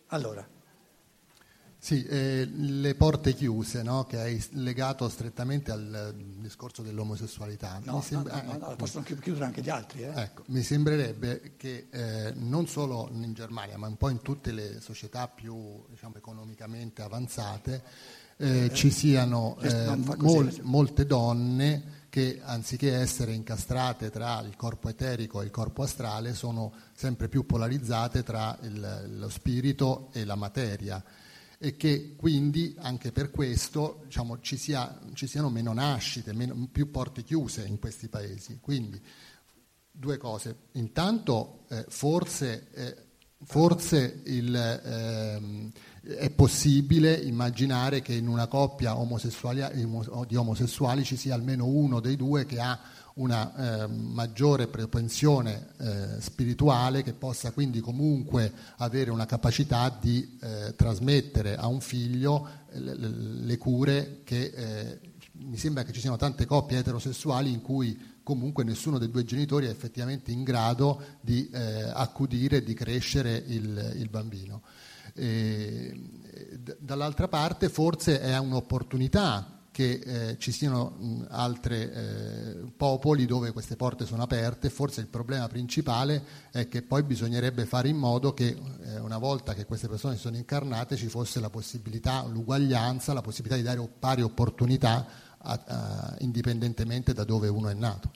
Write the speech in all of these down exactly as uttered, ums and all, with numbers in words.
Allora. Sì, eh, le porte chiuse, no? Che hai legato strettamente al discorso dell'omosessualità. No, mi sembra, no, no, eh, no, ecco, possono chiudere anche gli altri. Eh? ecco, mi sembrerebbe che eh, non solo in Germania, ma un po' in tutte le società più, diciamo, economicamente avanzate, eh, eh, ci siano eh, mol- molte donne che, anziché essere incastrate tra il corpo eterico e il corpo astrale, sono sempre più polarizzate tra il, lo spirito e la materia, e che quindi anche per questo, diciamo, ci, sia, ci siano meno nascite, meno, più porte chiuse in questi paesi. Quindi due cose: intanto eh, forse, eh, forse il, ehm, è possibile immaginare che in una coppia di omosessuali ci sia almeno uno dei due che ha una eh, maggiore propensione eh, spirituale, che possa quindi comunque avere una capacità di eh, trasmettere a un figlio le, le cure che eh, mi sembra che ci siano tante coppie eterosessuali in cui comunque nessuno dei due genitori è effettivamente in grado di eh, accudire e di crescere il, il bambino. E, d- dall'altra parte forse è un'opportunità che eh, ci siano altri eh, popoli dove queste porte sono aperte. Forse il problema principale è che poi bisognerebbe fare in modo che eh, una volta che queste persone sono incarnate ci fosse la possibilità, l'uguaglianza, la possibilità di dare pari opportunità a, a, indipendentemente da dove uno è nato.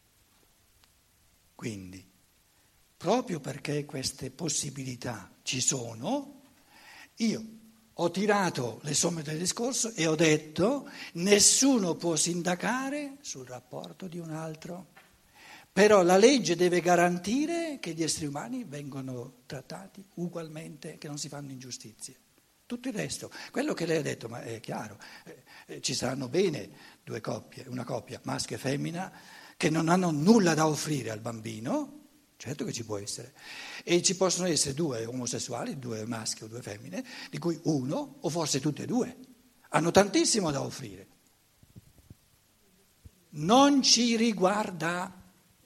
Quindi, proprio perché queste possibilità ci sono, io ho tirato le somme del discorso e ho detto: nessuno può sindacare sul rapporto di un altro, però la legge deve garantire che gli esseri umani vengono trattati ugualmente, che non si fanno ingiustizie. Tutto il resto, quello che lei ha detto, ma è chiaro, eh, ci saranno bene due coppie, una coppia maschio e femmina, che non hanno nulla da offrire al bambino. Certo che ci può essere, e ci possono essere due omosessuali, due maschi o due femmine, di cui uno, o forse tutte e due, hanno tantissimo da offrire. Non ci riguarda,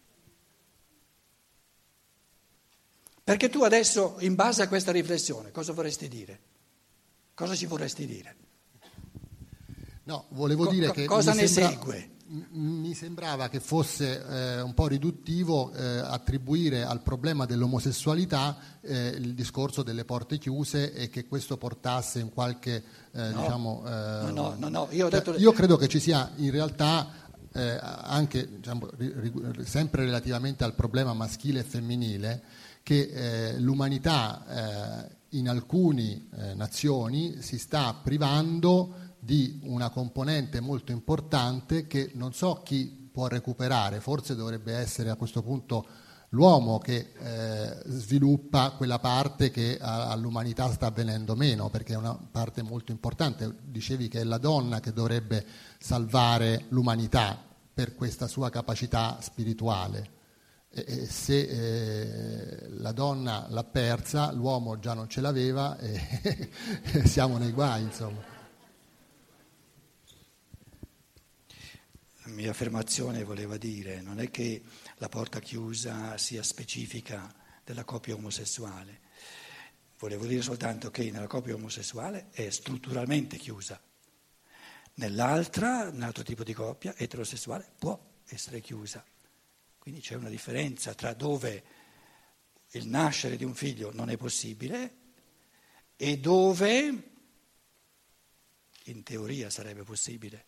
perché tu adesso, in base a questa riflessione, cosa vorresti dire? Cosa ci vorresti dire? No, volevo Co- dire che cosa mi ne sembra... segue? Mi sembrava che fosse eh, un po' riduttivo eh, attribuire al problema dell'omosessualità eh, il discorso delle porte chiuse e che questo portasse in qualche eh, No, diciamo eh, no, no, no, no, io ho cioè, detto... io credo che ci sia in realtà eh, anche diciamo, ri, ri, sempre relativamente al problema maschile e femminile, che eh, l'umanità eh, in alcune eh, nazioni si sta privando di una componente molto importante che non so chi può recuperare. Forse dovrebbe essere a questo punto l'uomo che eh, sviluppa quella parte che a, all'umanità sta avvenendo meno, perché è una parte molto importante. Dicevi che è la donna che dovrebbe salvare l'umanità per questa sua capacità spirituale. E, e se eh, la donna l'ha persa, l'uomo già non ce l'aveva e siamo nei guai, insomma. La mia affermazione voleva dire, non è che la porta chiusa sia specifica della coppia omosessuale, volevo dire soltanto che nella coppia omosessuale è strutturalmente chiusa, nell'altra, un altro tipo di coppia eterosessuale, può essere chiusa. Quindi c'è una differenza tra dove il nascere di un figlio non è possibile e dove in teoria sarebbe possibile.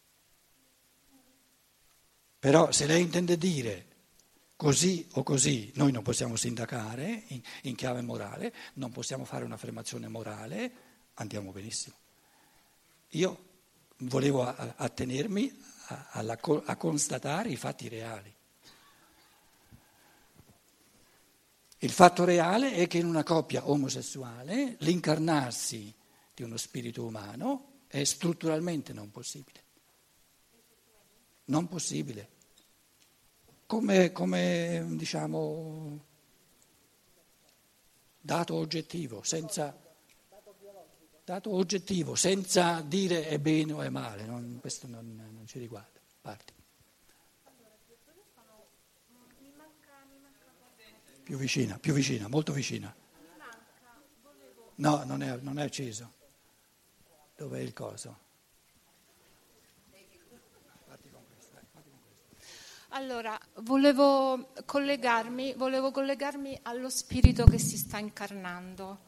Però se lei intende dire così o così, noi non possiamo sindacare in, in chiave morale, non possiamo fare un'affermazione morale, andiamo benissimo. Io volevo attenermi a, alla, a constatare i fatti reali. Il fatto reale è che in una coppia omosessuale l'incarnarsi di uno spirito umano è strutturalmente non possibile. Non possibile. Come, come diciamo, dato oggettivo, senza, dato oggettivo, senza dire è bene o è male, non, questo non, non ci riguarda. Parti. Più vicina, più vicina, molto vicina. No, non è, non è acceso. Dov'è il coso? Allora, volevo collegarmi, volevo collegarmi allo spirito che si sta incarnando.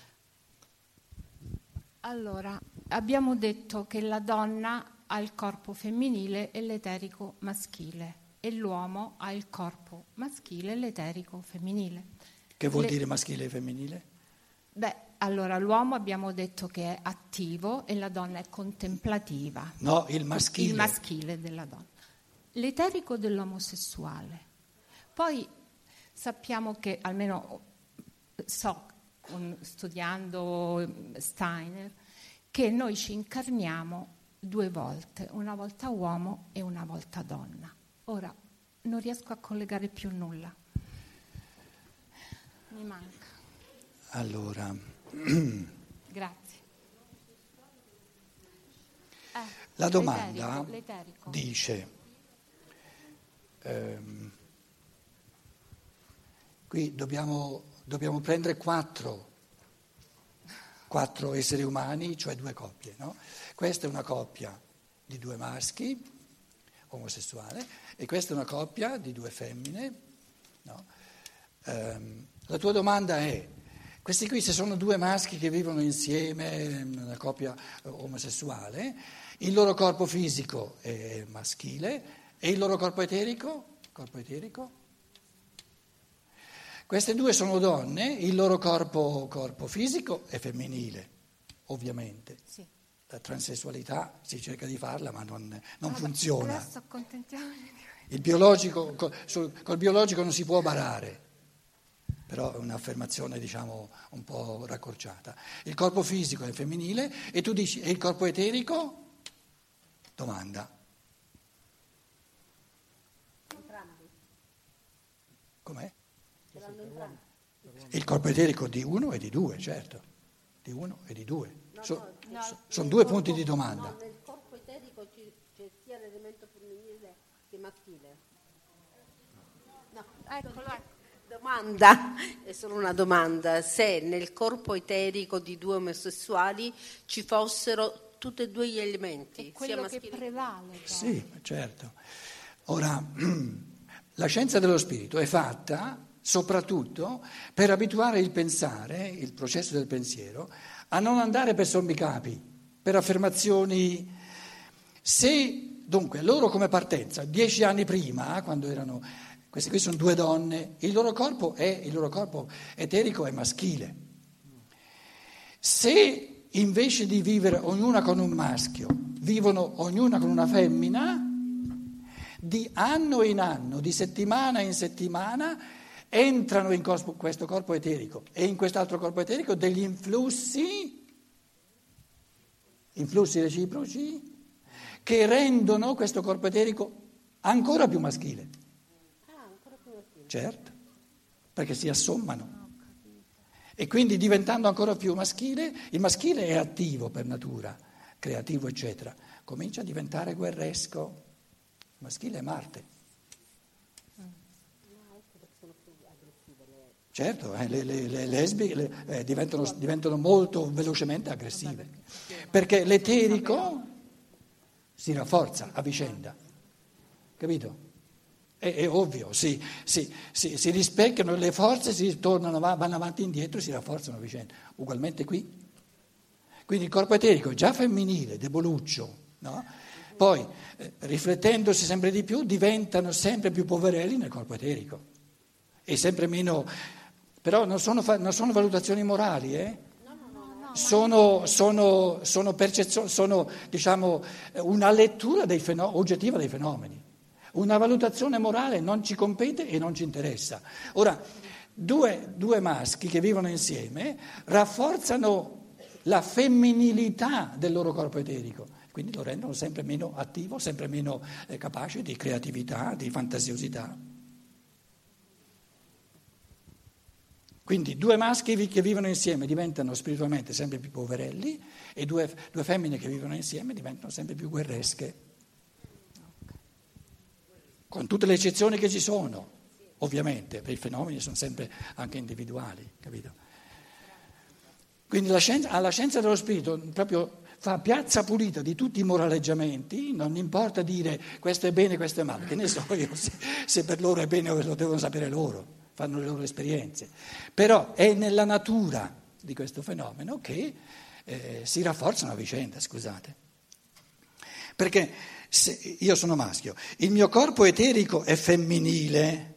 Allora, abbiamo detto che la donna ha il corpo femminile e l'eterico maschile e l'uomo ha il corpo maschile e l'eterico femminile. Che vuol Le... dire maschile e femminile? Beh, allora l'uomo abbiamo detto che è attivo e la donna è contemplativa. No, il maschile. Il maschile della donna. L'eterico dell'omosessuale. Poi sappiamo che, almeno so, studiando Steiner, che noi ci incarniamo due volte, una volta uomo e una volta donna. Ora non riesco a collegare più nulla. Mi manca. Allora. Grazie. Eh, La domanda l'eterico, l'eterico. dice, ehm, qui dobbiamo, dobbiamo prendere quattro, quattro esseri umani, cioè due coppie, no? Questa è una coppia di due maschi, omosessuale, e questa è una coppia di due femmine, no? Ehm, la tua domanda è, questi qui se sono due maschi che vivono insieme, una coppia omosessuale, il loro corpo fisico è maschile e il loro corpo eterico? Corpo eterico? Queste due sono donne, il loro corpo, corpo fisico è femminile, ovviamente. Sì. La transessualità si cerca di farla, ma non, non Vabbè, funziona. Adesso accontentiamoci di questo. Il biologico, col, sul, col biologico non si può barare, però è un'affermazione, diciamo, un po' raccorciata. Il corpo fisico è femminile e tu dici, e il corpo eterico? Domanda. Entrambi. Com'è? Ce l'hanno entrambi. Il corpo eterico di uno e di due, certo, di uno e di due. No, So- no, so- nel sono due corpo- punti di domanda. No, nel corpo eterico ci- c'è sia l'elemento femminile che maschile. No, Eccolo, ecco. domanda, è solo una domanda, se nel corpo eterico di due omosessuali ci fossero tutti e due gli elementi, È sia quello che maschile prevale. poi. Sì, certo. Ora, la scienza dello spirito è fatta soprattutto per abituare il pensare, il processo del pensiero, a non andare per sommi capi, per affermazioni. Se, dunque, loro come partenza, dieci anni prima, quando erano, queste qui sono due donne, il loro corpo è, il loro corpo eterico è maschile. Se invece di vivere ognuna con un maschio, vivono ognuna con una femmina, di anno in anno, di settimana in settimana, entrano in corpo, questo corpo eterico e in quest'altro corpo eterico degli influssi, influssi reciproci, che rendono questo corpo eterico ancora più maschile. Ah, ancora più maschile. Certo, perché si assommano. E quindi diventando ancora più maschile, il maschile è attivo per natura, creativo, eccetera, comincia a diventare guerresco. Il maschile è Marte. Certo, eh, le, le, le lesbiche le, eh, diventano, diventano molto velocemente aggressive, perché l'eterico si rafforza a vicenda, capito? È, è ovvio, si, si, si, si rispecchiano le forze, si tornano, vanno avanti e indietro e si rafforzano a vicenda. Ugualmente qui. Quindi il corpo eterico è già femminile, deboluccio, no? Poi, eh, riflettendosi sempre di più, diventano sempre più poverelli nel corpo eterico e sempre meno. Però non sono, non sono valutazioni morali, eh? Sono, sono, sono, percezioni, sono diciamo, una lettura dei fenomeni, oggettiva dei fenomeni. Una valutazione morale non ci compete e non ci interessa. Ora, due, due maschi che vivono insieme rafforzano la femminilità del loro corpo eterico, quindi lo rendono sempre meno attivo, sempre meno eh, capace di creatività, di fantasiosità. Quindi due maschi che vivono insieme diventano spiritualmente sempre più poverelli e due, due femmine che vivono insieme diventano sempre più guerresche. Con tutte le eccezioni che ci sono, ovviamente, perché i fenomeni sono sempre anche individuali, capito? Quindi la scienza, alla scienza dello spirito proprio fa piazza pulita di tutti i moraleggiamenti, non importa dire questo è bene, questo è male, che ne so io se, se per loro è bene o lo devono sapere loro, fanno le loro esperienze. Però è nella natura di questo fenomeno che eh, si rafforzano a vicenda, scusate. Perché se io sono maschio, il mio corpo eterico è femminile.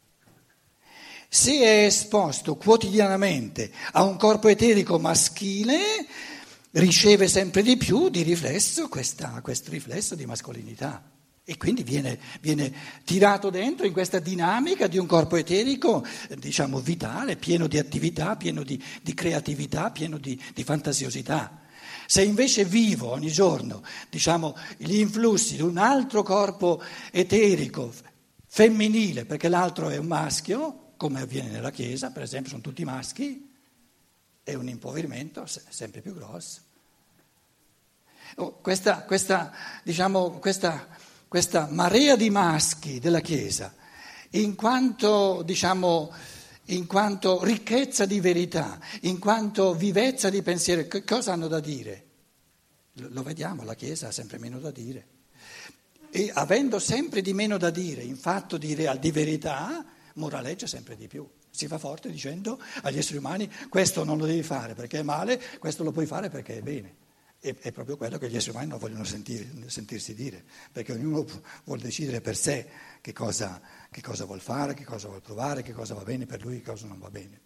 Se è esposto quotidianamente a un corpo eterico maschile, riceve sempre di più di riflesso questa, questo riflesso di mascolinità e quindi viene, viene tirato dentro in questa dinamica di un corpo eterico, diciamo, vitale, pieno di attività, pieno di, di creatività, pieno di, di fantasiosità. Se invece vivo ogni giorno, diciamo, gli influssi di un altro corpo eterico femminile, perché l'altro è un maschio, come avviene nella Chiesa, per esempio sono tutti maschi, è un impoverimento sempre più grosso. Oh, questa, questa, diciamo, questa, questa marea di maschi della Chiesa, in quanto, diciamo, in quanto ricchezza di verità, in quanto vivezza di pensiero, che cosa hanno da dire? Lo vediamo, la Chiesa ha sempre meno da dire. E avendo sempre di meno da dire in fatto di, real, di verità, moraleggia sempre di più, si fa forte dicendo agli esseri umani questo non lo devi fare perché è male, questo lo puoi fare perché è bene. E, è proprio quello che gli esseri umani non vogliono sentire, sentirsi dire, perché ognuno vuole decidere per sé che cosa, che cosa vuol fare, che cosa vuol provare, che cosa va bene per lui, che cosa non va bene.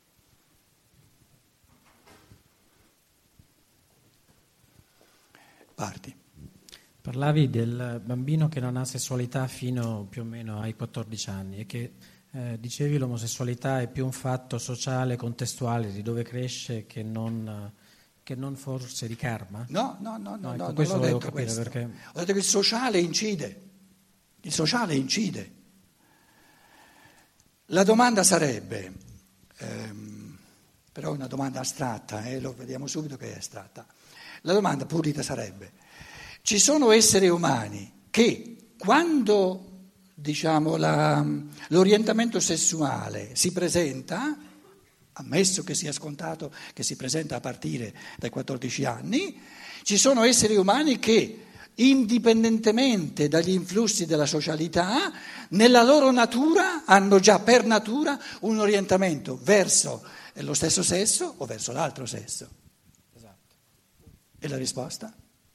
Parti. Parlavi del bambino che non ha sessualità fino più o meno ai quattordici anni e che eh, dicevi l'omosessualità è più un fatto sociale, contestuale, di dove cresce che non, che non forse di karma? No, no, no, no, no, ecco, no questo non l'ho volevo detto capire questo. Perché... Ho detto che il sociale incide, il sociale incide. La domanda sarebbe, ehm, però è una domanda astratta, eh, lo vediamo subito che è astratta. La domanda pulita sarebbe: ci sono esseri umani che quando, diciamo, la, l'orientamento sessuale si presenta, ammesso che sia scontato che si presenta a partire dai quattordici anni, ci sono esseri umani che, indipendentemente dagli influssi della socialità, nella loro natura hanno già per natura un orientamento verso lo stesso sesso o verso l'altro sesso. Esatto. E la risposta?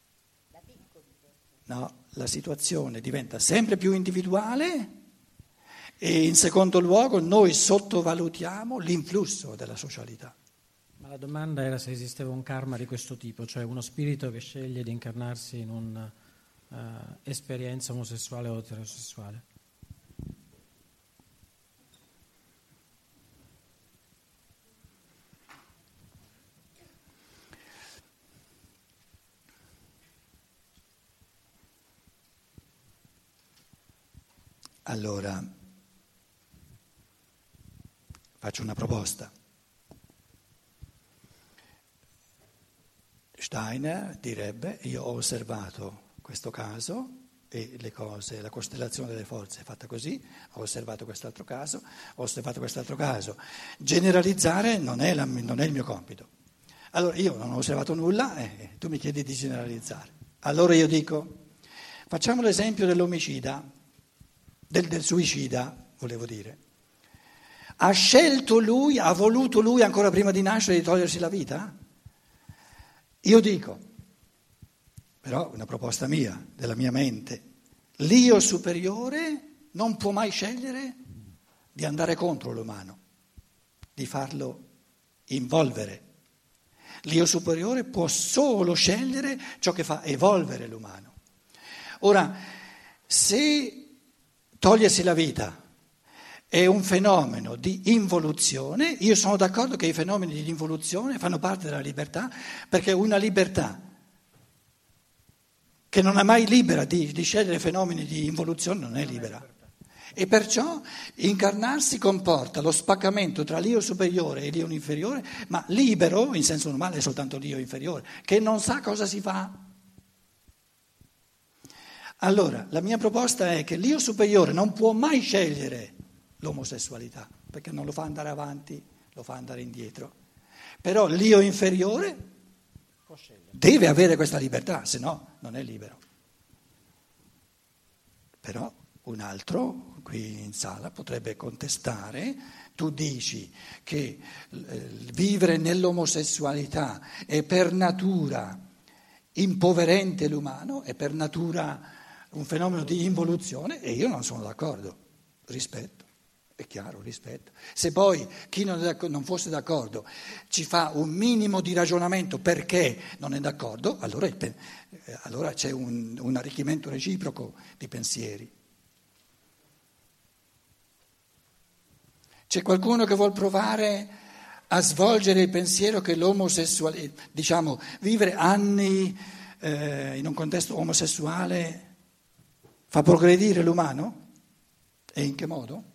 No, la situazione diventa sempre più individuale e in secondo luogo noi sottovalutiamo l'influsso della socialità. Ma la domanda era se esisteva un karma di questo tipo, cioè uno spirito che sceglie di incarnarsi in un'esperienza uh, omosessuale o eterosessuale. Allora, faccio una proposta. Steiner direbbe: io ho osservato questo caso e le cose, la costellazione delle forze è fatta così, ho osservato quest'altro caso, ho osservato quest'altro caso. Generalizzare non è, la, non è il mio compito. Allora io non ho osservato nulla e tu mi chiedi di generalizzare. Allora io dico, facciamo l'esempio dell'omicida. Del, del suicida, volevo dire. Ha scelto lui, ha voluto lui ancora prima di nascere di togliersi la vita? Io dico, però una proposta mia, della mia mente, l'io superiore non può mai scegliere di andare contro l'umano, di farlo involvere. L'io superiore può solo scegliere ciò che fa evolvere l'umano. Ora, se togliersi la vita è un fenomeno di involuzione, io sono d'accordo che i fenomeni di involuzione fanno parte della libertà, perché una libertà che non è mai libera di, di scegliere fenomeni di involuzione non è libera. E perciò incarnarsi comporta lo spaccamento tra l'io superiore e l'io inferiore, ma libero, in senso normale, è soltanto l'io inferiore, che non sa cosa si fa. Allora, la mia proposta è che l'io superiore non può mai scegliere l'omosessualità, perché non lo fa andare avanti, lo fa andare indietro. Però l'io inferiore deve avere questa libertà, se no non è libero. Però un altro qui in sala potrebbe contestare, tu dici che vivere nell'omosessualità è per natura impoverente l'umano, è per natura un fenomeno di involuzione, e io non sono d'accordo, rispetto. È chiaro, rispetto. Se poi chi non, è non fosse d'accordo ci fa un minimo di ragionamento perché non è d'accordo, allora, il, allora c'è un, un arricchimento reciproco di pensieri. C'è qualcuno che vuol provare a svolgere il pensiero che l'omosessualità, diciamo, vivere anni eh, in un contesto omosessuale fa progredire l'umano? E in che modo?